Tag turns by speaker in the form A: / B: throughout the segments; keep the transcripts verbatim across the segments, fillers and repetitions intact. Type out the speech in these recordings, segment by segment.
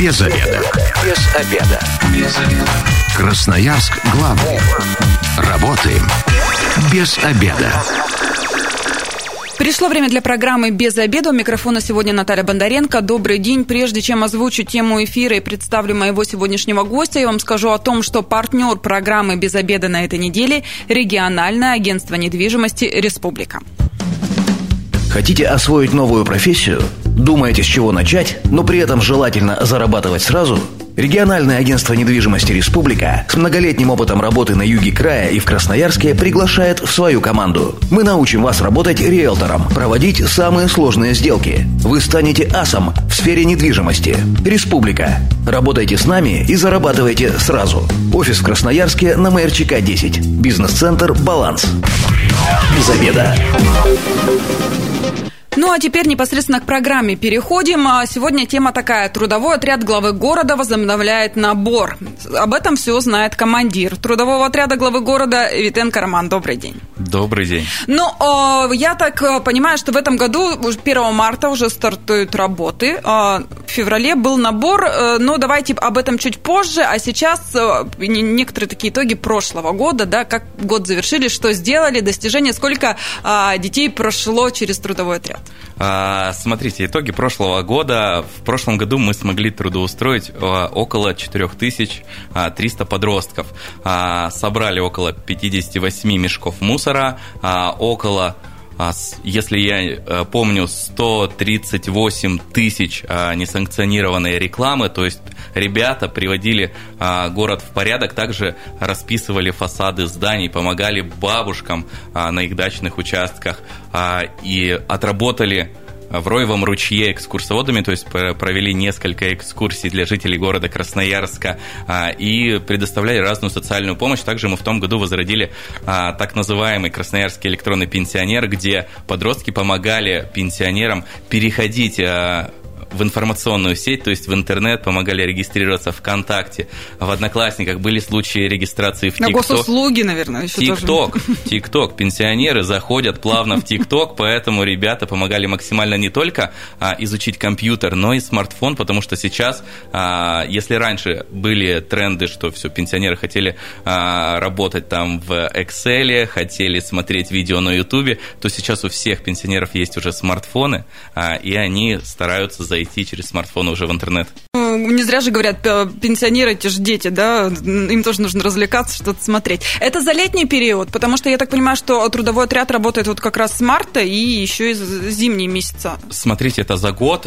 A: Без обеда. Без обеда. Без обеда. Красноярск главный. Работаем без обеда.
B: Пришло время для программы «Без обеда». У микрофона сегодня Наталья Бондаренко. Добрый день. Прежде чем озвучу тему эфира и представлю моего сегодняшнего гостя, я вам скажу о том, что партнер программы «Без обеда» на этой неделе – региональное агентство недвижимости «Республика».
C: Хотите освоить новую профессию? Думаете, с чего начать, но при этом желательно зарабатывать сразу? Региональное агентство недвижимости «Республика» с многолетним опытом работы на юге края и в Красноярске приглашает в свою команду. Мы научим вас работать риэлтором, проводить самые сложные сделки. Вы станете асом в сфере недвижимости. «Республика». Работайте с нами и зарабатывайте сразу. Офис в Красноярске на МРЧК десять. Бизнес-центр «Баланс». Без обеда.
B: Ну, а теперь непосредственно к программе переходим. Сегодня тема такая. Трудовой отряд главы города возобновляет набор. Об этом все знает командир трудового отряда главы города Витенко Роман. Добрый день.
D: Добрый день.
B: Ну, я так понимаю, что в этом году первого марта уже стартуют работы. В феврале был набор, но давайте об этом чуть позже. А сейчас некоторые такие итоги прошлого года, да, как год завершили, что сделали, достижения, сколько детей прошло через трудовой отряд.
D: Смотрите, итоги прошлого года. В прошлом году мы смогли трудоустроить около четыре тысячи триста подростков. Собрали около пятьдесят восемь мешков мусора, около, если я помню, сто тридцать восемь тысяч несанкционированной рекламы, то есть ребята приводили город в порядок, также расписывали фасады зданий, помогали бабушкам на их дачных участках и отработали в Роевом ручье экскурсоводами, то есть провели несколько экскурсий для жителей города Красноярска и предоставляли разную социальную помощь. Также мы в том году возродили так называемый Красноярский электронный пенсионер, где подростки помогали пенсионерам переходить в информационную сеть, то есть в интернет, помогали регистрироваться в ВКонтакте, в Одноклассниках, были случаи регистрации в ТикТок.
B: На госуслуги, наверное, еще
D: ТикТок, ТикТок, пенсионеры заходят плавно в ТикТок, поэтому ребята помогали максимально не только а, изучить компьютер, но и смартфон, потому что сейчас, а, если раньше были тренды, что все, пенсионеры хотели а, работать там в Excel, хотели смотреть видео на Ютубе, то сейчас у всех пенсионеров есть уже смартфоны, а, и они стараются зайти идти через смартфон уже в интернет.
B: Не зря же говорят, пенсионеры, эти же дети, да, им тоже нужно развлекаться, что-то смотреть. Это за летний период, потому что я так понимаю, что трудовой отряд работает вот как раз с марта и еще и зимние месяца.
D: Смотрите, это за год,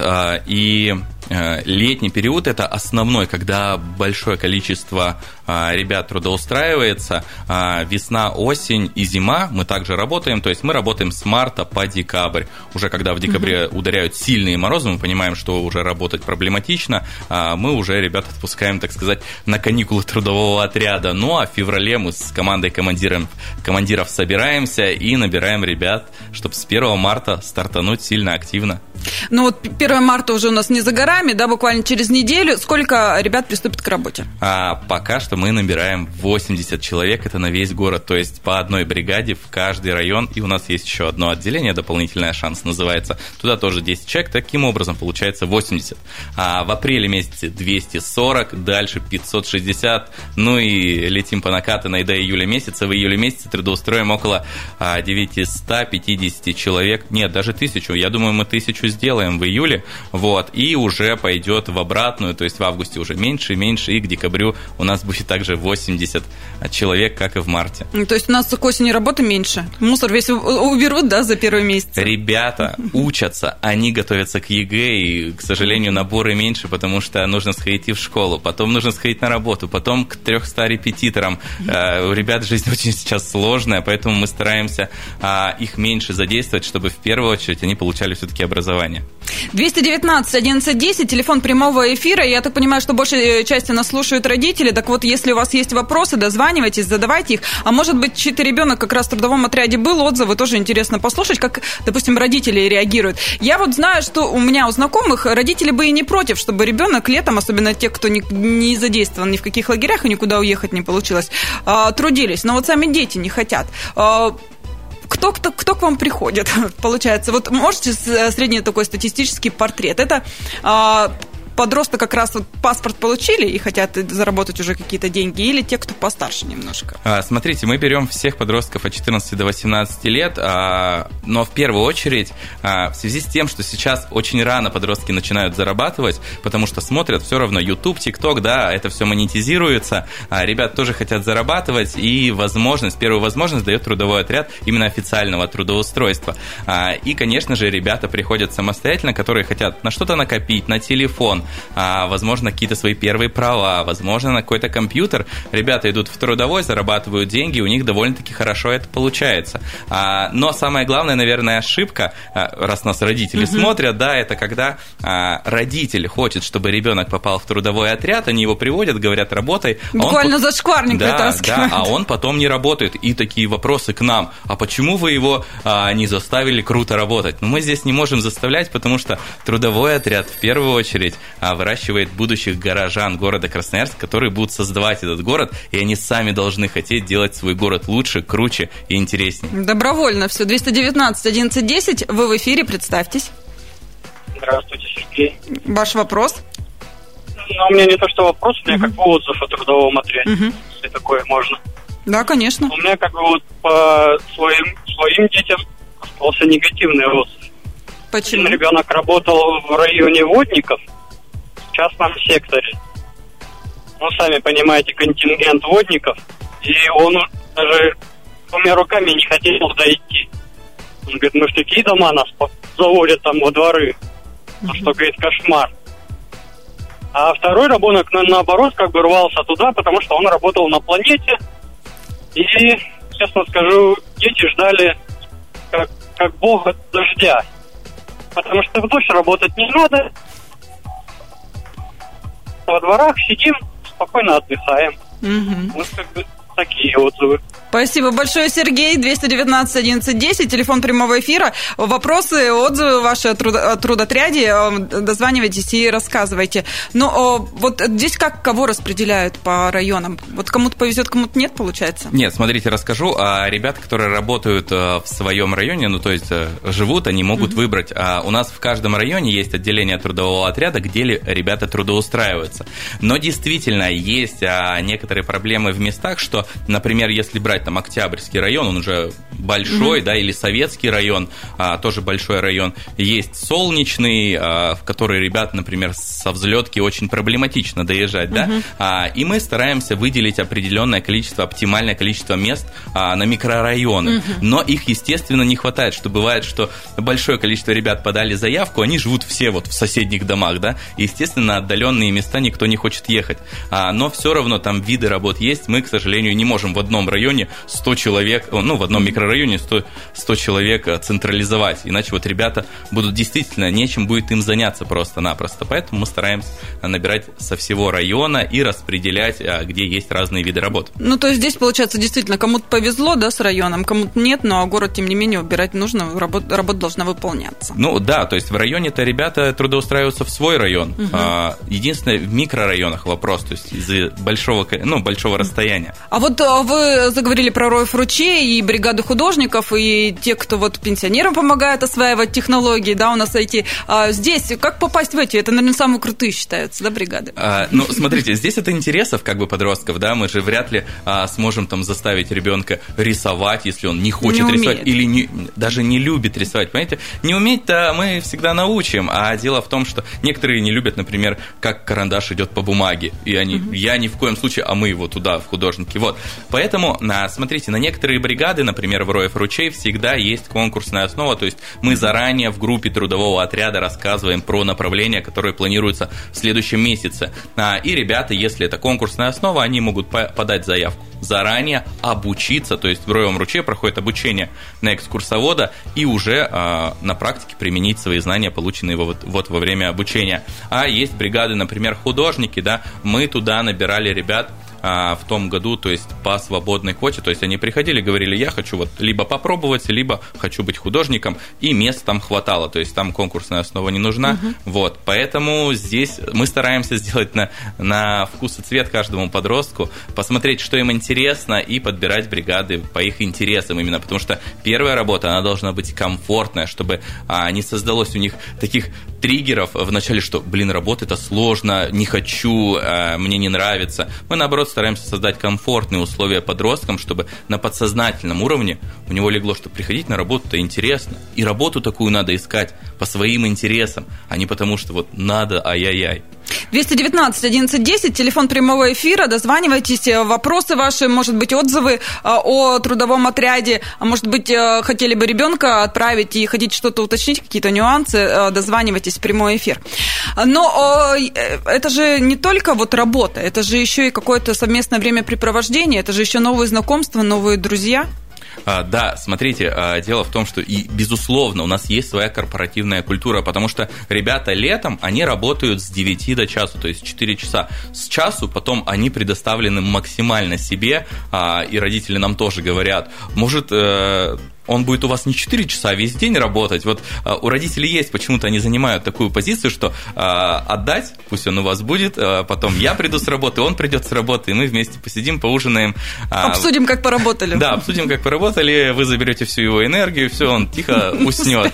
D: и летний период – это основной, когда большое количество ребят трудоустраивается. Весна, осень и зима мы также работаем, то есть мы работаем с марта по декабрь. Уже когда в декабре uh-huh. ударяют сильные морозы, мы понимаем, что уже работать проблематично, мы уже ребят отпускаем, так сказать, на каникулы трудового отряда. Ну а в феврале мы с командой командиров, командиров собираемся и набираем ребят, чтобы с первого марта стартануть сильно активно.
B: Ну вот первого марта уже у нас не за горами, да, буквально через неделю. Сколько ребят приступит к работе?
D: А, пока что мы набираем восемьдесят человек, это на весь город, то есть по одной бригаде в каждый район. И у нас есть еще одно отделение, дополнительное «Шанс» называется. Туда тоже десять человек, таким образом получается восемьдесят. А в апреле месяце двести сорок, дальше пятьсот шестьдесят, ну и летим по накатанной до июля месяца. В июле месяце трудоустроим около девятьсот пятьдесят человек, нет, даже тысячу, я думаю, мы тысячу сделаем в июле, вот, и уже пойдет в обратную, то есть в августе уже меньше и меньше, и к декабрю у нас будет также восемьдесят человек, как и в марте.
B: То есть у нас к осени работы меньше, мусор весь уберут, да, за первый месяц?
D: Ребята учатся, они готовятся к ЕГЭ, и, к сожалению, наборы меньше, потому что нужно сходить и в школу, потом нужно сходить на работу, потом к трехстам репетиторам. У ребят жизнь очень сейчас сложная, поэтому мы стараемся их меньше задействовать, чтобы в первую очередь они получали все-таки образование.
B: двести девятнадцать одиннадцать десять, телефон прямого эфира. Я так понимаю, что большей части нас слушают родители. Так вот, если у вас есть вопросы, дозванивайтесь, задавайте их. А может быть, чей-то ребенок как раз в трудовом отряде был, отзывы тоже интересно послушать, как, допустим, родители реагируют. Я вот знаю, что у меня у знакомых родители бы и не против, чтобы ребенок летом, особенно те, кто не, не задействован ни в каких лагерях и никуда уехать не получилось, трудились. Но вот сами дети не хотят. Кто, кто, кто к вам приходит, получается? Вот можете средний такой статистический портрет. Это подросток как раз вот паспорт получили и хотят заработать уже какие-то деньги, или те, кто постарше немножко?
D: А, смотрите, мы берем всех подростков от четырнадцати до восемнадцати лет, а, но в первую очередь а, в связи с тем, что сейчас очень рано подростки начинают зарабатывать, потому что смотрят все равно YouTube, TikTok, да, это все монетизируется, а, ребят тоже хотят зарабатывать, и возможность, первую возможность дает трудовой отряд именно официального трудоустройства. А, и, конечно же, ребята приходят самостоятельно, которые хотят на что-то накопить, на телефон, а, возможно, какие-то свои первые права, возможно, на какой-то компьютер. Ребята идут в трудовой, зарабатывают деньги, у них довольно-таки хорошо это получается. А, но самая главная, наверное, ошибка, а, раз нас родители mm-hmm. смотрят, да, это когда а, родитель хочет, чтобы ребенок попал в трудовой отряд, они его приводят, говорят, работай.
B: Буквально
D: а он...
B: за шкварник
D: да,
B: вытаскивают.
D: Да, а он потом не работает. И такие вопросы к нам. А почему вы его а, не заставили круто работать? Ну, мы здесь не можем заставлять, потому что трудовой отряд в первую очередь а, выращивает будущих горожан города Красноярск, которые будут создавать этот город, и они сами должны хотеть делать свой город лучше, круче и интереснее.
B: Добровольно все. двести девятнадцать одиннадцать десять, вы в эфире, представьтесь.
E: Здравствуйте, Сергей.
B: Ваш вопрос?
E: Ну, у меня не то, что вопрос, у меня uh-huh. как бы отзыв о трудовом отряде, uh-huh. если такое можно.
B: Да, конечно.
E: У меня как бы вот по своим, своим детям остался негативный отзыв.
B: Почему?
E: Один ребенок работал в районе водников в частном секторе. Ну, сами понимаете, контингент водников, и он даже двумя руками не хотел дойти. Он говорит, мы в такие дома нас заводят там во дворы. Ну, что, говорит, кошмар. А второй ребенок, наоборот, как бы рвался туда, потому что он работал на планете. И, честно скажу, дети ждали как, как бога дождя. Потому что в дождь работать не надо. Во дворах сидим, спокойно отдыхаем.
B: Угу.
E: Вот как бы такие отзывы.
B: Спасибо большое, Сергей. двести девятнадцать одиннадцать десять, телефон прямого эфира. Вопросы, отзывы ваши о, труд, о трудотряде, дозванивайтесь и рассказывайте. Но вот здесь как, кого распределяют по районам? Вот кому-то повезет, кому-то нет, получается?
D: Нет, смотрите, расскажу. А ребята, которые работают в своем районе, ну, то есть живут, они могут uh-huh. выбрать. А у нас в каждом районе есть отделение трудового отряда, где ребята трудоустраиваются. Но действительно есть некоторые проблемы в местах, что, например, если брать там Октябрьский район, он уже большой, mm-hmm. да, или Советский район, а, тоже большой район. Есть Солнечный, а, в который ребят, например, со взлетки очень проблематично доезжать, mm-hmm. да, а, и мы стараемся выделить определенное количество, оптимальное количество мест а, на микрорайоны, mm-hmm. но их, естественно, не хватает, что бывает, что большое количество ребят подали заявку, они живут все вот в соседних домах, да, и, естественно, на отдаленные места никто не хочет ехать, а, но все равно там виды работ есть, мы, к сожалению, не можем в одном районе сто человек, ну, в одном микрорайоне сто, сто человек централизовать, иначе вот ребята будут действительно, нечем будет им заняться просто-напросто, поэтому мы стараемся набирать со всего района и распределять, где есть разные виды работ.
B: Ну, то есть здесь, получается, действительно, кому-то повезло, да, с районом, кому-то нет, но город, тем не менее, убирать нужно, работа, работа должна выполняться.
D: Ну, да, то есть в районе-то ребята трудоустраиваются в свой район. Угу. Единственное, в микрорайонах вопрос, то есть из-за большого, ну, большого расстояния.
B: А вот вы заговорили про Роев ручей и бригаду художников, и те, кто вот пенсионерам помогает осваивать технологии, да, у нас эти. А здесь как попасть в эти? Это, наверное, самые крутые считаются, да, бригады?
D: А, ну, смотрите, здесь это интересов, как бы, подростков, да, мы же вряд ли а, сможем там заставить ребенка рисовать, если он не хочет не рисовать, или не, даже не любит рисовать, понимаете? Не уметь-то мы всегда научим, а дело в том, что некоторые не любят, например, как карандаш идет по бумаге, и они, угу. я ни в коем случае, а мы его туда, в художники, вот. Поэтому, смотрите, на некоторые бригады, например, в Роев ручей, всегда есть конкурсная основа, то есть мы заранее в группе трудового отряда рассказываем про направления, которые планируются в следующем месяце. И ребята, если это конкурсная основа, они могут подать заявку заранее, обучиться, то есть в Роевом ручье проходит обучение на экскурсовода и уже на практике применить свои знания, полученные вот, вот во время обучения. А есть бригады, например, художники, да, мы туда набирали ребят в том году, то есть по свободной квоте, то есть они приходили, говорили, я хочу вот либо попробовать, либо хочу быть художником, и мест там хватало, то есть там конкурсная основа не нужна, угу. вот, поэтому здесь мы стараемся сделать на, на вкус и цвет каждому подростку, посмотреть, что им интересно, и подбирать бригады по их интересам именно, потому что первая работа, она должна быть комфортная, чтобы а, не создалось у них таких триггеров в начале, что, блин, работа это сложно, не хочу, а, мне не нравится. Мы, наоборот, стараемся создать комфортные условия подросткам, чтобы на подсознательном уровне у него легло, что приходить на работу-то интересно, и работу такую надо искать по своим интересам, а не потому, что вот надо, ай-яй-яй.
B: двести девятнадцать одиннадцать десять, телефон прямого эфира, дозванивайтесь, вопросы ваши, может быть, отзывы о трудовом отряде, а может быть, хотели бы ребенка отправить и хотите что-то уточнить, какие-то нюансы, дозванивайтесь в прямой эфир. Но это же не только вот работа, это же еще и какое-то совместное времяпрепровождение, это же еще новые знакомства, новые друзья.
D: Да, смотрите, дело в том, что и, безусловно, у нас есть своя корпоративная культура, потому что ребята летом, они работают с девяти до часу, то есть четыре часа. С часу потом они предоставлены максимально себе, и родители нам тоже говорят, может... он будет у вас не четыре часа, а весь день работать. Вот а, у родителей есть, почему-то они занимают такую позицию, что а, отдать, пусть он у вас будет, а потом я приду с работы, он придет с работы, и мы вместе посидим, поужинаем. А,
B: обсудим, как поработали.
D: Да, обсудим, как поработали, вы заберете всю его энергию, все, он тихо уснет.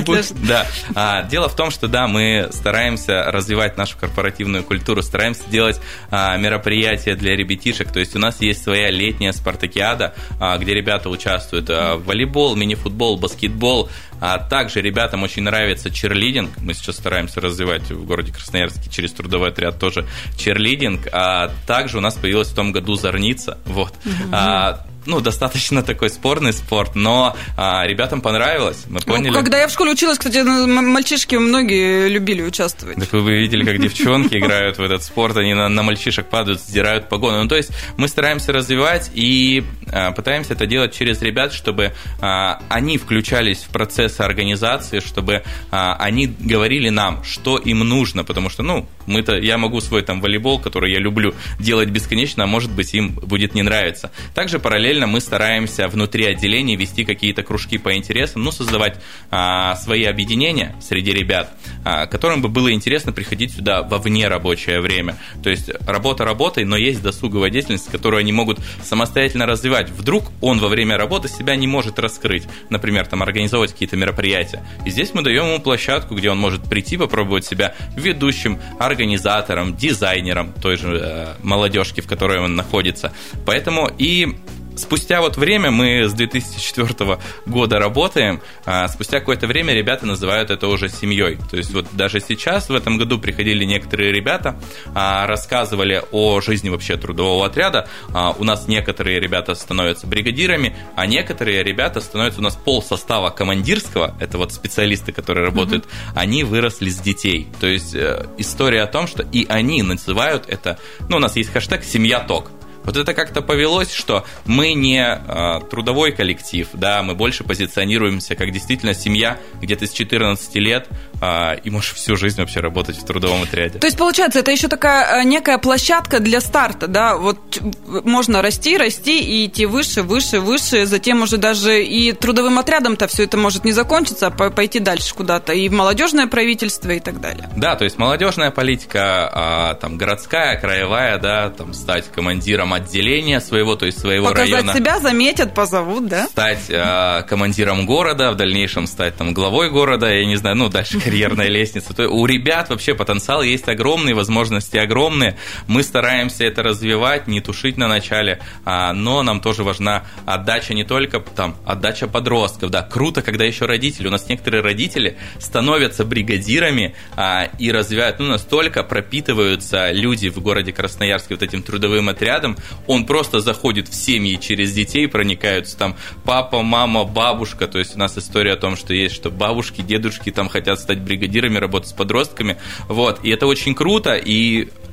D: Да. А, дело в том, что да, мы стараемся развивать нашу корпоративную культуру, стараемся делать а, мероприятия для ребятишек, то есть у нас есть своя летняя спартакиада, а, где ребята участвуют а, в волейболе, мини-футбол, баскетбол. А также ребятам очень нравится черлидинг. Мы сейчас стараемся развивать в городе Красноярске через трудовой отряд тоже черлидинг. А также у нас появилась в том году зорница. Вот. Mm-hmm. А, ну, достаточно такой спорный спорт, но а, ребятам понравилось, мы поняли.
B: Ну, когда я в школе училась, кстати, мальчишки многие любили участвовать.
D: Так вы бы видели, как девчонки играют в этот спорт, они на, на мальчишек падают, сдирают погоны. Ну, то есть мы стараемся развивать и а, пытаемся это делать через ребят, чтобы а, они включались в процесс организации, чтобы а, они говорили нам, что им нужно, потому что, ну, мы-то, я могу свой там волейбол, который я люблю, делать бесконечно, а может быть, им будет не нравиться. Также параллельно мы стараемся внутри отделения вести какие-то кружки по интересам, ну, создавать а, свои объединения среди ребят, а, которым бы было интересно приходить сюда во вне рабочее время. То есть работа работой, но есть досуговая деятельность, которую они могут самостоятельно развивать. Вдруг он во время работы себя не может раскрыть, например, там, организовывать какие-то мероприятия. И здесь мы даем ему площадку, где он может прийти, попробовать себя ведущим, организатором, дизайнером той же э, молодежки, в которой он находится. Поэтому и спустя вот время, мы с две тысячи четвёртого года работаем, а спустя какое-то время ребята называют это уже семьей. То есть вот даже сейчас, в этом году, приходили некоторые ребята, а, рассказывали о жизни вообще трудового отряда. А, у нас некоторые ребята становятся бригадирами, а некоторые ребята становятся у нас полсостава командирского, это вот специалисты, которые работают, mm-hmm. они выросли с детей. То есть э, история о том, что и они называют это, ну, у нас есть хэштег «Семья ТОК». Вот это как-то повелось, что мы не э, трудовой коллектив, да, мы больше позиционируемся как действительно семья, где ты с четырнадцати лет э, и можешь всю жизнь вообще работать в трудовом отряде.
B: То есть, получается, это еще такая некая площадка для старта, да, вот можно расти, расти и идти выше, выше, выше, затем уже даже и трудовым отрядом-то все это может не закончиться, а пойти дальше куда-то, и в молодежное правительство и так далее.
D: Да, то есть молодежная политика, э, там, городская, краевая, да, там, стать командиром отделения своего, то есть своего
B: показать
D: района.
B: Показать себя, заметят, позовут, да?
D: Стать э, командиром города, в дальнейшем стать там главой города, я не знаю, ну, дальше карьерная лестница. То есть у ребят вообще потенциал есть огромный, возможности огромные. Мы стараемся это развивать, не тушить на начале, а, но нам тоже важна отдача не только там, отдача подростков, да, круто, когда еще родители, у нас некоторые родители становятся бригадирами а, и развивают, ну, настолько пропитываются люди в городе Красноярске вот этим трудовым отрядом, он просто заходит в семьи через детей, проникаются там папа, мама, бабушка, то есть у нас история о том, что есть, что бабушки, дедушки там хотят стать бригадирами, работать с подростками, вот, и это очень круто, и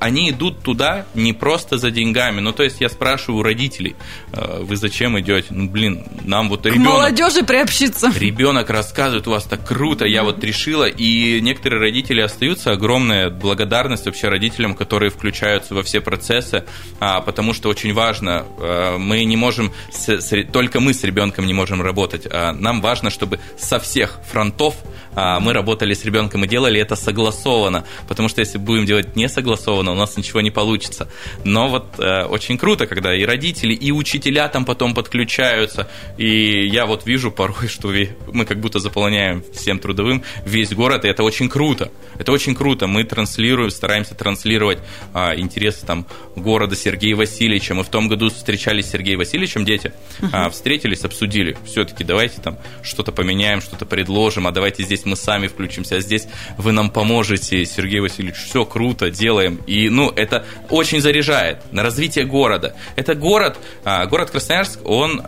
D: они идут туда не просто за деньгами. Ну, то есть я спрашиваю у родителей, вы зачем идете? Ну, блин, нам вот ребенок...
B: К молодежи приобщиться.
D: Ребенок рассказывает, у вас так круто, я вот решила. И некоторые родители остаются. Огромная благодарность вообще родителям, которые включаются во все процессы, потому что очень важно, мы не можем, только мы с ребенком не можем работать. Нам важно, чтобы со всех фронтов мы работали с ребенком и делали это согласованно, потому что если будем делать не согласованно, у нас ничего не получится. Но вот э, очень круто, когда и родители, и учителя там потом подключаются, и я вот вижу порой, что мы как будто заполняем всем трудовым весь город, и это очень круто. Это очень круто. Мы транслируем, стараемся транслировать э, интересы там города Сергея Васильевича. Мы в том году встречались с Сергеем Васильевичем, дети, uh-huh. э, встретились, обсудили. Все-таки давайте там что-то поменяем, что-то предложим, а давайте здесь мы сами включимся, а здесь вы нам поможете, Сергей Васильевич, все круто, делаем. И, ну, это очень заряжает на развитие города. Это город, город Красноярск, он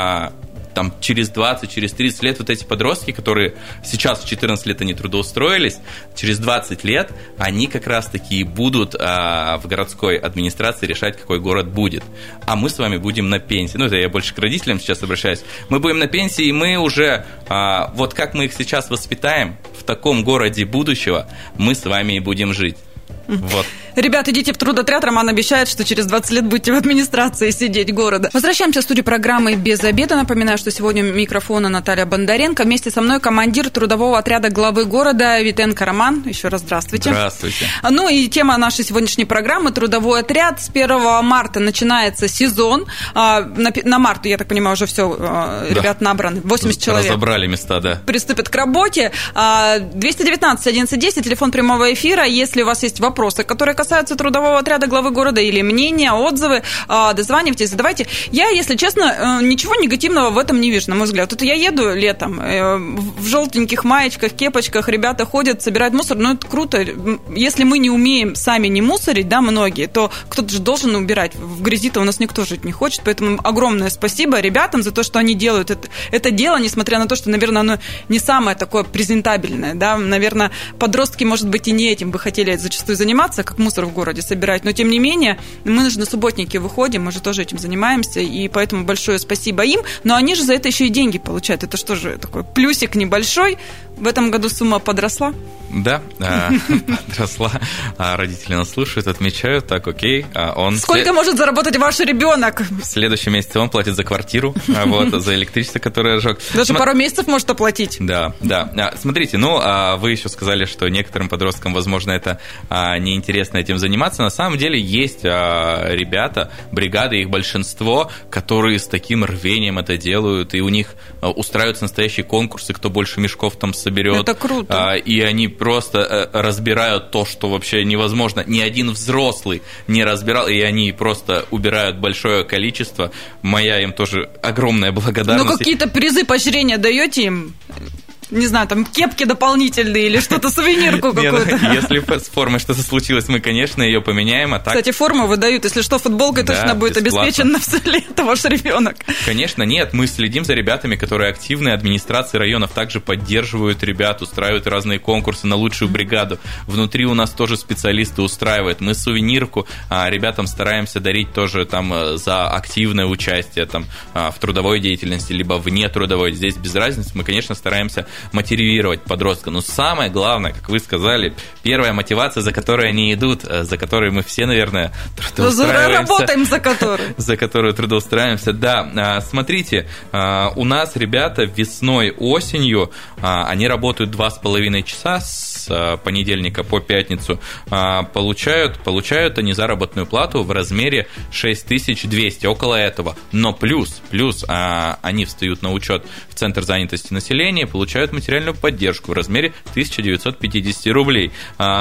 D: там через двадцать, через тридцать лет вот эти подростки, которые сейчас в четырнадцать лет они трудоустроились, через двадцать лет они как раз-таки и будут а, в городской администрации решать, какой город будет. А мы с вами будем на пенсии. Ну, это я больше к родителям сейчас обращаюсь. Мы будем на пенсии, и мы уже, а, вот как мы их сейчас воспитаем, в таком городе будущего мы с вами и будем жить. Вот.
B: Ребят, идите в трудотряд. Роман обещает, что через двадцать лет будете в администрации сидеть города. Возвращаемся в студию программы «Без обеда». Напоминаю, что сегодня у микрофона Наталья Бондаренко. Вместе со мной командир трудового отряда главы города Витенко Роман. Еще раз здравствуйте.
D: Здравствуйте.
B: Ну и тема нашей сегодняшней программы – трудовой отряд. С первого марта начинается сезон. На март, я так понимаю, уже все, да. Ребят набраны. восемьдесят человек.
D: Разобрали места, да.
B: Приступят к работе. двести девятнадцать одиннадцать десять, телефон прямого эфира. Если у вас есть вопросы, которые касаются трудового отряда главы города или мнения, отзывы, дозванивайтесь, задавайте. Я, если честно, ничего негативного в этом не вижу, на мой взгляд. Вот я еду летом в желтеньких маечках, кепочках, ребята ходят, собирают мусор, ну это круто. Если мы не умеем сами не мусорить, да, многие, то кто-то же должен убирать. В грязи-то у нас никто жить не хочет, поэтому огромное спасибо ребятам за то, что они делают это, это дело, несмотря на то, что, наверное, оно не самое такое презентабельное, да, наверное, подростки, может быть, и не этим бы хотели зачастую заниматься, как мусор в городе собирать, но тем не менее мы же на субботники выходим, мы же тоже этим занимаемся, и поэтому большое спасибо им, но они же за это еще и деньги получают, это что же такой плюсик небольшой. В этом году сумма подросла?
D: Да, подросла. Родители нас слушают, отмечают, так, окей. Он
B: Сколько может заработать ваш ребенок?
D: В следующем месяце он платит за квартиру, вот, за электричество, которое жёг.
B: Даже пару месяцев может оплатить.
D: Да, да. Смотрите, ну, вы еще сказали, что некоторым подросткам, возможно, это неинтересно этим заниматься. На самом деле есть ребята, бригады, их большинство, которые с таким рвением это делают, и у них устраиваются настоящие конкурсы, кто больше мешков там соберет.
B: Это круто.
D: И они просто разбирают то, что вообще невозможно. Ни один взрослый не разбирал, и они просто убирают большое количество. Моя им тоже огромная благодарность.
B: Ну, какие-то призы, поощрения даете им? Не знаю, там кепки дополнительные или что-то, сувенирку какую-то.
D: Не, ну, если с формой что-то случилось, мы, конечно, ее поменяем. А так...
B: Кстати, форму выдают, если что, футболкой да, точно будет бесплатно. Обеспечен на все лето ваш ребенок.
D: Конечно, нет, мы следим за ребятами, которые активны, администрации районов также поддерживают ребят, устраивают разные конкурсы на лучшую бригаду. Внутри у нас тоже специалисты устраивают. Мы сувенирку а, ребятам стараемся дарить тоже там за активное участие там, в трудовой деятельности, либо вне трудовой. Здесь без разницы, мы, конечно, стараемся мотивировать подростка. Но самое главное, как вы сказали, первая мотивация, за которой они идут, за которой мы все, наверное, трудоустраиваемся.
B: Работаем за которую.
D: За которую трудоустраиваемся. Да, смотрите, у нас ребята весной, осенью, они работают два с половиной часа с понедельника по пятницу, получают, получают они заработную плату в размере шесть тысяч двести, около этого. Но плюс, плюс они встают на учет в Центр занятости населения, получают материальную поддержку в размере тысяча девятьсот пятьдесят рублей.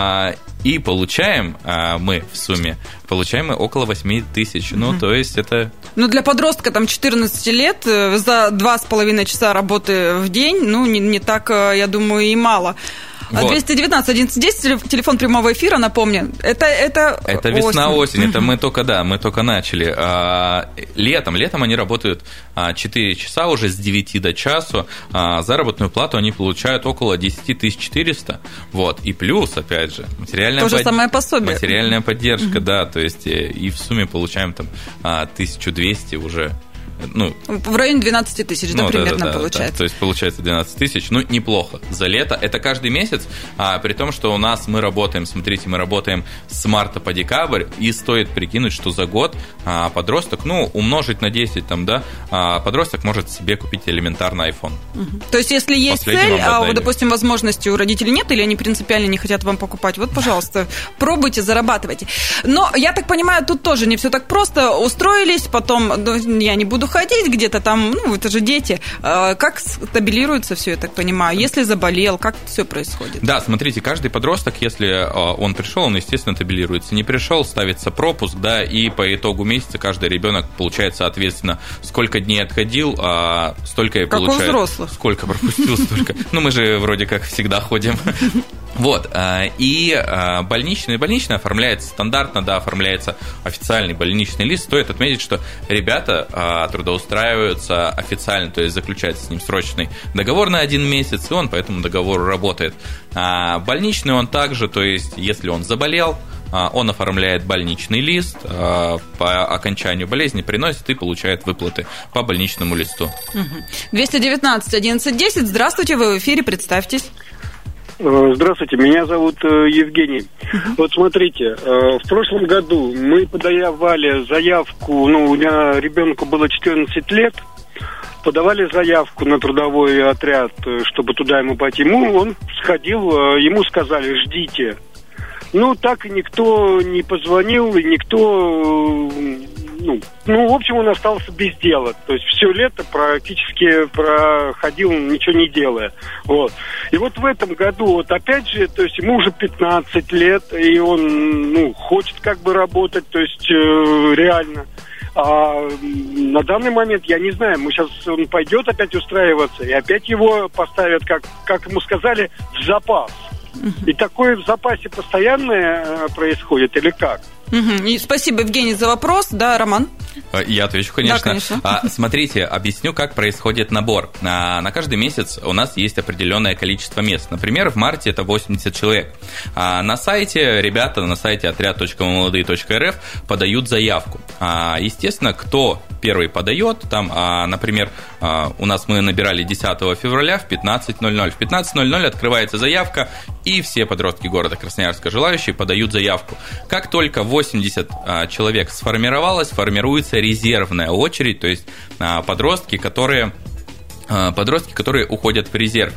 D: И получаем мы в сумме, получаем мы около восемь тысяч. Ну, mm-hmm. то есть это...
B: Ну, для подростка там четырнадцать лет за два с половиной часа работы в день, ну, не, не так, я думаю, и мало. Вот. двести девятнадцать одиннадцать десять, телефон прямого эфира, напомню. Это, это,
D: это весна-осень, это мы только, да, мы только начали. А, летом, летом они работают четыре часа уже с девяти до часу. А, заработную плату они получают около десять тысяч четыреста. Вот. И плюс, опять же, материальная,
B: То же
D: под...
B: самое пособие.
D: материальная поддержка, mm-hmm. да, то есть и в сумме получаем там тысячу двести уже. Ну,
B: в районе двенадцать тысяч, да,
D: ну,
B: примерно
D: да, да,
B: получается.
D: Да, то есть получается двенадцать тысяч, ну, неплохо. За лето, это каждый месяц, а, при том, что у нас мы работаем, смотрите, мы работаем с марта по декабрь, и стоит прикинуть, что за год а, подросток, ну, умножить на десять, там, да, а, подросток может себе купить элементарный iPhone.
B: Угу. То есть, если есть цель, а, вот, допустим, возможности у родителей нет, или они принципиально не хотят вам покупать, вот, пожалуйста, пробуйте, зарабатывайте. Но, я так понимаю, тут тоже не все так просто. Устроились, потом, ну, я не буду ходить где-то там, ну, это же дети. Как стабилируется все, я так понимаю? Если заболел, как все происходит?
D: Да, смотрите, каждый подросток, если он пришел, он, естественно, стабилируется. Не пришел, ставится пропуск, да, и по итогу месяца каждый ребенок получает, соответственно, сколько дней отходил, столько и получает.
B: Как у взрослых.
D: Сколько пропустил, столько. Ну, мы же вроде как всегда ходим. Вот, и больничный, больничный оформляется стандартно, да, оформляется официальный больничный лист. Стоит отметить, что ребята трудоустраиваются официально, то есть заключается с ним срочный договор на один месяц, и он по этому договору работает. Больничный он также, то есть если он заболел, он оформляет больничный лист, по окончанию болезни приносит и получает выплаты по больничному листу.
B: двести девятнадцать одиннадцать десять, здравствуйте, вы в эфире, представьтесь.
F: Здравствуйте, меня зовут Евгений. Вот смотрите, в прошлом году мы подавали заявку, ну, у меня ребенку было четырнадцать лет, подавали заявку на трудовой отряд, чтобы туда ему пойти. Ему он сходил, ему сказали, ждите. Ну, так и никто не позвонил, и никто... Ну, ну, в общем, он остался без дела. То есть все лето практически проходил, ничего не делая. Вот. И вот в этом году, вот опять же, то есть ему уже пятнадцать лет, и он, ну, хочет как бы работать, то есть э, реально. А на данный момент, я не знаю, мы сейчас, он пойдет опять устраиваться, и опять его поставят, как, как ему сказали, в запас. И такое в запасе постоянное происходит, или как?
B: Угу. И спасибо, Евгений, за вопрос. Да, Роман?
D: Я отвечу, конечно.
B: Да, конечно.
D: А, смотрите, объясню, как происходит набор. А, на каждый месяц у нас есть определенное количество мест. Например, в марте это восемьдесят человек. А, на сайте ребята, на сайте отряд точка молодые точка эр эф подают заявку. А, естественно, кто первый подает, там, а, например, а, у нас мы набирали десятого февраля в пятнадцать ноль ноль. В пятнадцать ноль ноль открывается заявка, и все подростки города Красноярска желающие подают заявку. Как только восемьдесят а, человек сформировалось, формируется резервная очередь, то есть а, подростки, которые... подростки, которые уходят в резерв.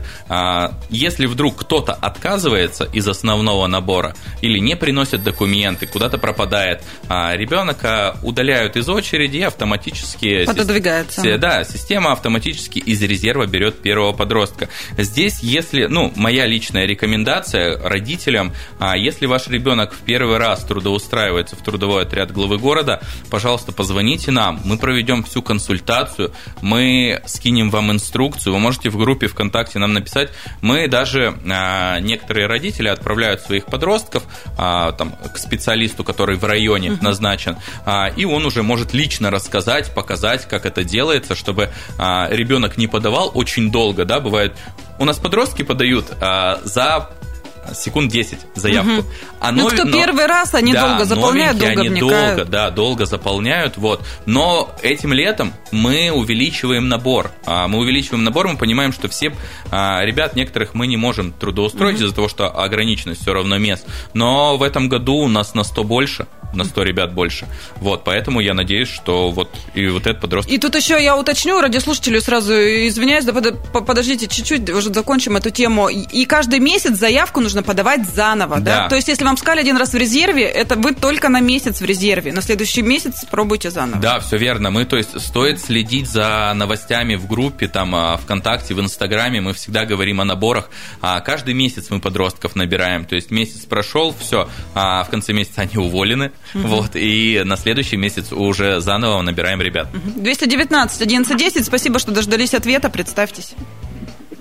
D: Если вдруг кто-то отказывается из основного набора или не приносит документы, куда-то пропадает, ребенка удаляют из очереди и автоматически...
B: Пододвигается.
D: Да, система автоматически из резерва берет первого подростка. Здесь, если... Ну, моя личная рекомендация родителям, если ваш ребенок в первый раз трудоустраивается в трудовой отряд главы города, пожалуйста, позвоните нам, мы проведем всю консультацию, мы скинем вам инструкцию, инструкцию, вы можете в группе ВКонтакте нам написать. Мы даже, а, некоторые родители отправляют своих подростков а, там, к специалисту, который в районе uh-huh. назначен, а, и он уже может лично рассказать, показать, как это делается, чтобы а, ребенок не подавал очень долго, да, бывает, у нас подростки подают а, за секунд десять заявку.
B: Угу. А ну, кто но... первый раз, они да, долго заполняют, долго
D: они
B: вникают.
D: Долго, да, долго заполняют, вот. Но этим летом мы увеличиваем набор. Мы увеличиваем набор, мы понимаем, что все ребят, некоторых мы не можем трудоустроить угу. из-за того, что ограниченность все равно мест. Но в этом году у нас на сто больше, на сто ребят больше. Вот, поэтому я надеюсь, что вот и вот этот подросток...
B: И тут еще я уточню, радиослушателю сразу извиняюсь, да подождите чуть-чуть, уже закончим эту тему. И каждый месяц заявку нужно подавать заново, да. да? То есть, если вам сказали один раз в резерве, это вы только на месяц в резерве. На следующий месяц пробуйте заново.
D: Да, все верно. Мы, то есть, стоит следить за новостями в группе, там, ВКонтакте, в Инстаграме. Мы всегда говорим о наборах. Каждый месяц мы подростков набираем. То есть, месяц прошел, все. В конце месяца они уволены. Угу. Вот, и на следующий месяц уже заново набираем ребят.
B: двести девятнадцать одиннадцать десять. Спасибо, что дождались ответа. Представьтесь.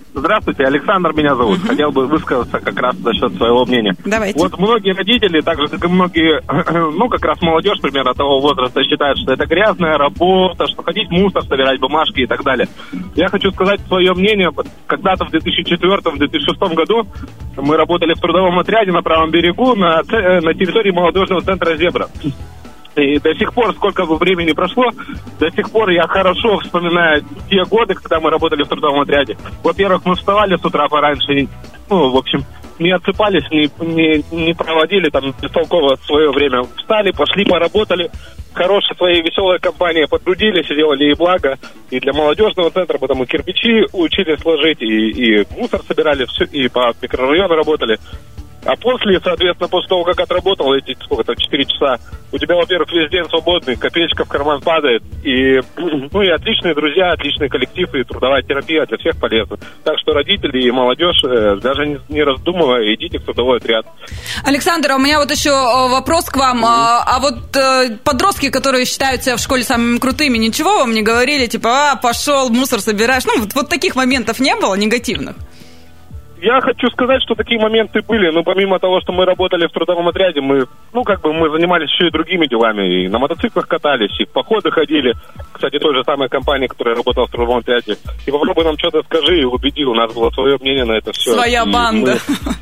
G: Здравствуйте, Александр меня зовут. Uh-huh. Хотел бы высказаться как раз за счет своего мнения.
B: Давайте.
G: Вот многие родители, так же, как и многие, ну, как раз молодежь примерно того возраста, считают, что это грязная работа, что ходить мусор, собирать бумажки и так далее. Я хочу сказать свое мнение. Когда-то в две тысячи четвёртом - две тысячи шестом году мы работали в трудовом отряде на правом берегу на, на территории молодежного центра «Зебра». И до сих пор, сколько бы времени прошло, до сих пор я хорошо вспоминаю те годы, когда мы работали в трудовом отряде. Во-первых, мы вставали с утра пораньше, ну, в общем, не отсыпались, не, не, не проводили там бестолково свое время. Встали, пошли, поработали, хорошей своей веселой компанией потрудились, делали и благо. И для молодежного центра, потому кирпичи учились сложить, и, и мусор собирали, все, и по микрорайону работали. А после, соответственно, после того, как отработал эти, сколько-то, четыре часа, у тебя, во-первых, весь день свободный, копеечка в карман падает, и, ну, и отличные друзья, отличный коллектив, и трудовая терапия для всех полезна. Так что родители и молодежь, даже не, не раздумывая, идите в трудовой отряд.
B: Александр, а у меня вот еще вопрос к вам. Mm-hmm. А вот подростки, которые считают себя в школе самыми крутыми, ничего вам не говорили? Типа, а, пошел, мусор собираешь? Ну, вот, вот таких моментов не было негативных?
G: Я хочу сказать, что такие моменты были, но помимо того, что мы работали в трудовом отряде, мы, ну, как бы мы занимались еще и другими делами, и на мотоциклах катались, и в походы ходили. Кстати, той же самой компании, которая работала в трудовом отряде. И попробуй нам что-то скажи и убеди, у нас было свое мнение на это все.
B: Своя
G: и
B: банда.
G: Мы...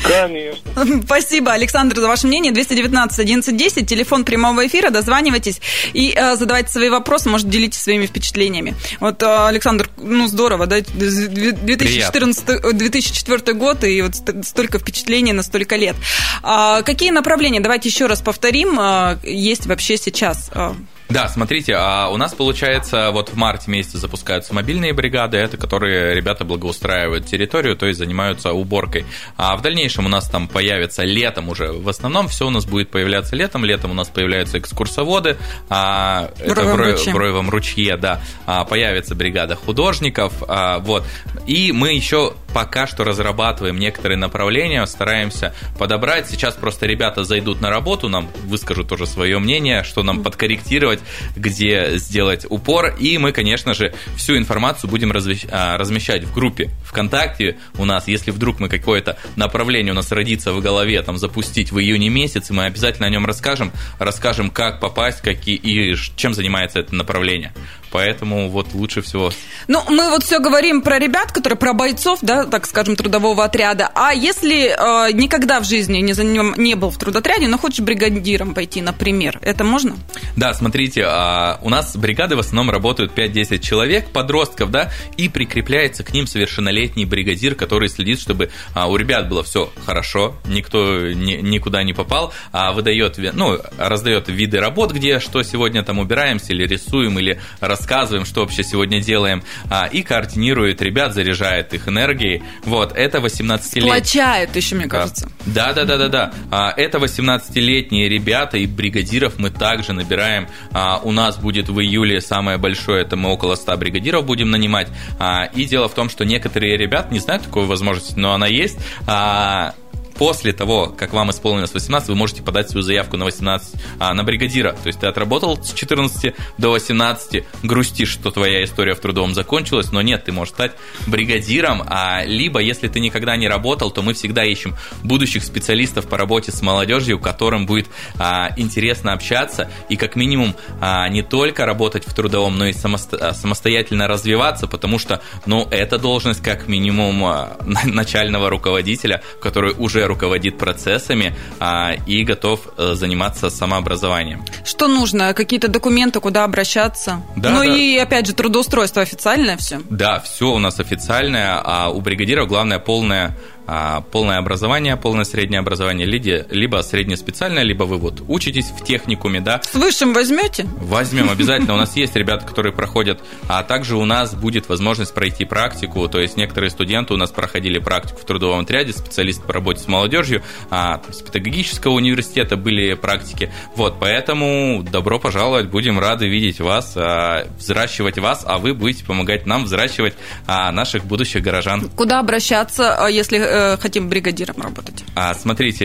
G: Конечно.
B: Спасибо, Александр, за ваше мнение. двести девятнадцать одиннадцать десять, телефон прямого эфира, дозванивайтесь и э, задавайте свои вопросы, может, делитесь своими впечатлениями. Вот, э, Александр, ну, здорово, да, две тысячи четырнадцатый - две тысячи четвёртый год, и вот столько впечатлений на столько лет. А какие направления, давайте еще раз повторим, э, есть вообще сейчас?
D: Да, смотрите, а у нас, получается, вот в марте месяце запускаются мобильные бригады, это которые ребята благоустраивают территорию, то есть занимаются уборкой. А в дальнейшем у нас там появится летом уже, в основном все у нас будет появляться летом, летом у нас появляются экскурсоводы, а, это в, Рой, в Роевом ручье, да, а, появится бригада художников, а, вот, и мы еще пока что разрабатываем некоторые направления, стараемся подобрать, сейчас просто ребята зайдут на работу, нам выскажут тоже свое мнение, что нам подкорректировать, где сделать упор, и мы, конечно же, всю информацию будем размещать в группе ВКонтакте у нас, если вдруг мы какое-то направление у нас родится в голове, там, запустить в июне месяце, мы обязательно о нем расскажем, расскажем, как попасть, какие и чем занимается это направление. Поэтому вот лучше всего.
B: Ну, мы вот все говорим про ребят, которые, про бойцов, да, так скажем, трудового отряда. А если э, никогда в жизни не, за ним, не был в трудотряде, но хочешь бригадиром пойти, например, это можно?
D: Да, смотрите, э, у нас бригады в основном работают пять-десять человек, подростков, да, и прикрепляется к ним совершеннолетний бригадир, который следит, чтобы э, у ребят было все хорошо, никто ни, никуда не попал, а выдает, ну, раздает виды работ, где что сегодня там убираемся или рисуем, или рассказываем, рассказываем, что вообще сегодня делаем, а, и координирует ребят, заряжает их энергией. Вот, это восемнадцатилетние...
B: Сплочает еще, мне кажется.
D: Да, да, да, да, да. А, это восемнадцатилетние ребята, и бригадиров мы также набираем. А, у нас будет в июле самое большое, это мы около ста бригадиров будем нанимать. А, и дело в том, что некоторые ребята не знают такой возможности, но она есть. А, После того, как вам исполнилось восемнадцать, вы можете подать свою заявку на восемнадцать, а, на бригадира. То есть ты отработал с четырнадцати до восемнадцати, грустишь, что твоя история в трудовом закончилась, но нет, ты можешь стать бригадиром. А, либо, если ты никогда не работал, то мы всегда ищем будущих специалистов по работе с молодежью, которым будет а, интересно общаться и как минимум а, не только работать в трудовом, но и самосто- самостоятельно развиваться, потому что, ну, это должность как минимум а, начального руководителя, который уже руководит процессами а, и готов а, заниматься самообразованием.
B: Что нужно? Какие-то документы, куда обращаться?
D: Да,
B: ну
D: да.
B: И, опять же, трудоустройство официальное все?
D: Да, все у нас официальное, а у бригадиров главное полное полное образование, полное среднее образование, либо среднеспециальное, либо вы вот учитесь в техникуме, да.
B: С высшим возьмете?
D: Возьмем обязательно. У нас есть ребята, которые проходят, а также у нас будет возможность пройти практику, то есть некоторые студенты у нас проходили практику в трудовом отряде, специалисты по работе с молодежью, а с педагогического университета были практики. Вот, поэтому добро пожаловать, будем рады видеть вас, взращивать вас, а вы будете помогать нам взращивать наших будущих горожан.
B: Куда обращаться, если хотим бригадиром работать?
D: А, смотрите,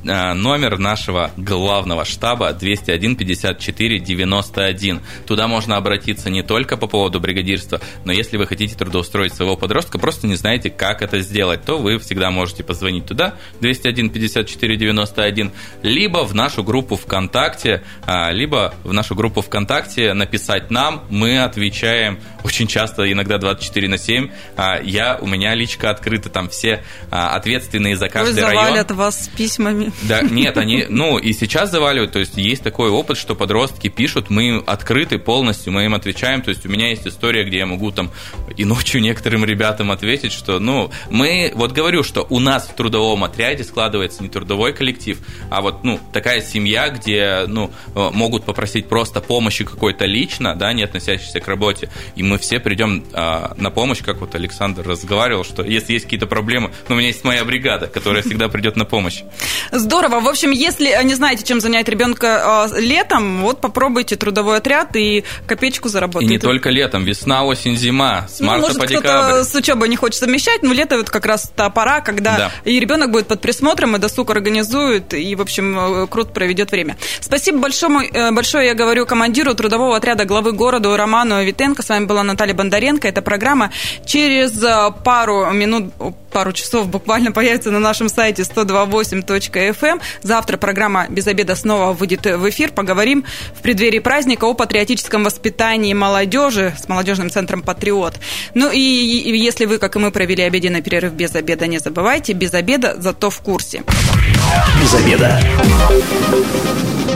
D: номер нашего главного штаба двести один пятьдесят четыре девяносто один. Туда можно обратиться не только по поводу бригадирства, но если вы хотите трудоустроить своего подростка, просто не знаете, как это сделать, то вы всегда можете позвонить туда, двести один пятьдесят четыре девяносто один, либо в нашу группу ВКонтакте, либо в нашу группу ВКонтакте написать нам, мы отвечаем очень часто, иногда двадцать четыре на семь. Я, у меня личка открыта, там все ответственные за каждый район.
B: Завалят вас с письмами.
D: Да, нет, они, ну, и сейчас заваливают, то есть есть такой опыт, что подростки пишут, мы открыты полностью, мы им отвечаем, то есть у меня есть история, где я могу там и ночью некоторым ребятам ответить, что, ну, мы, вот говорю, что у нас в трудовом отряде складывается не трудовой коллектив, а вот, ну, такая семья, где, ну, могут попросить просто помощи какой-то лично, да, не относящейся к работе, и мы все придем а, на помощь, как вот Александр разговаривал, что если есть какие-то проблемы, ну, у меня есть моя бригада, которая всегда придет на помощь.
B: Здорово. В общем, если не знаете, чем занять ребенка э, летом, вот попробуйте трудовой отряд и копеечку заработаете.
D: И не только летом, весна, осень, зима, с марта
B: ну,
D: по декабрь.
B: Может, кто-то с учебой не хочет совмещать, но лето вот как раз та пора, когда да. и ребенок будет под присмотром, и досуг организует, и, в общем, круто проведет время. Спасибо большое, большое, я говорю, командиру трудового отряда главы города Роману Витенко. С вами была Наталья Бондаренко. Эта программа через пару минут, пару часов буквально появится на нашем сайте сто два восемь точка эф эм. Завтра программа «Без обеда» снова выйдет в эфир. Поговорим в преддверии праздника о патриотическом воспитании молодежи с молодежным центром «Патриот». Ну и, и если вы, как и мы, провели обеденный перерыв без обеда, не забывайте, без обеда, зато в курсе.
C: Без обеда.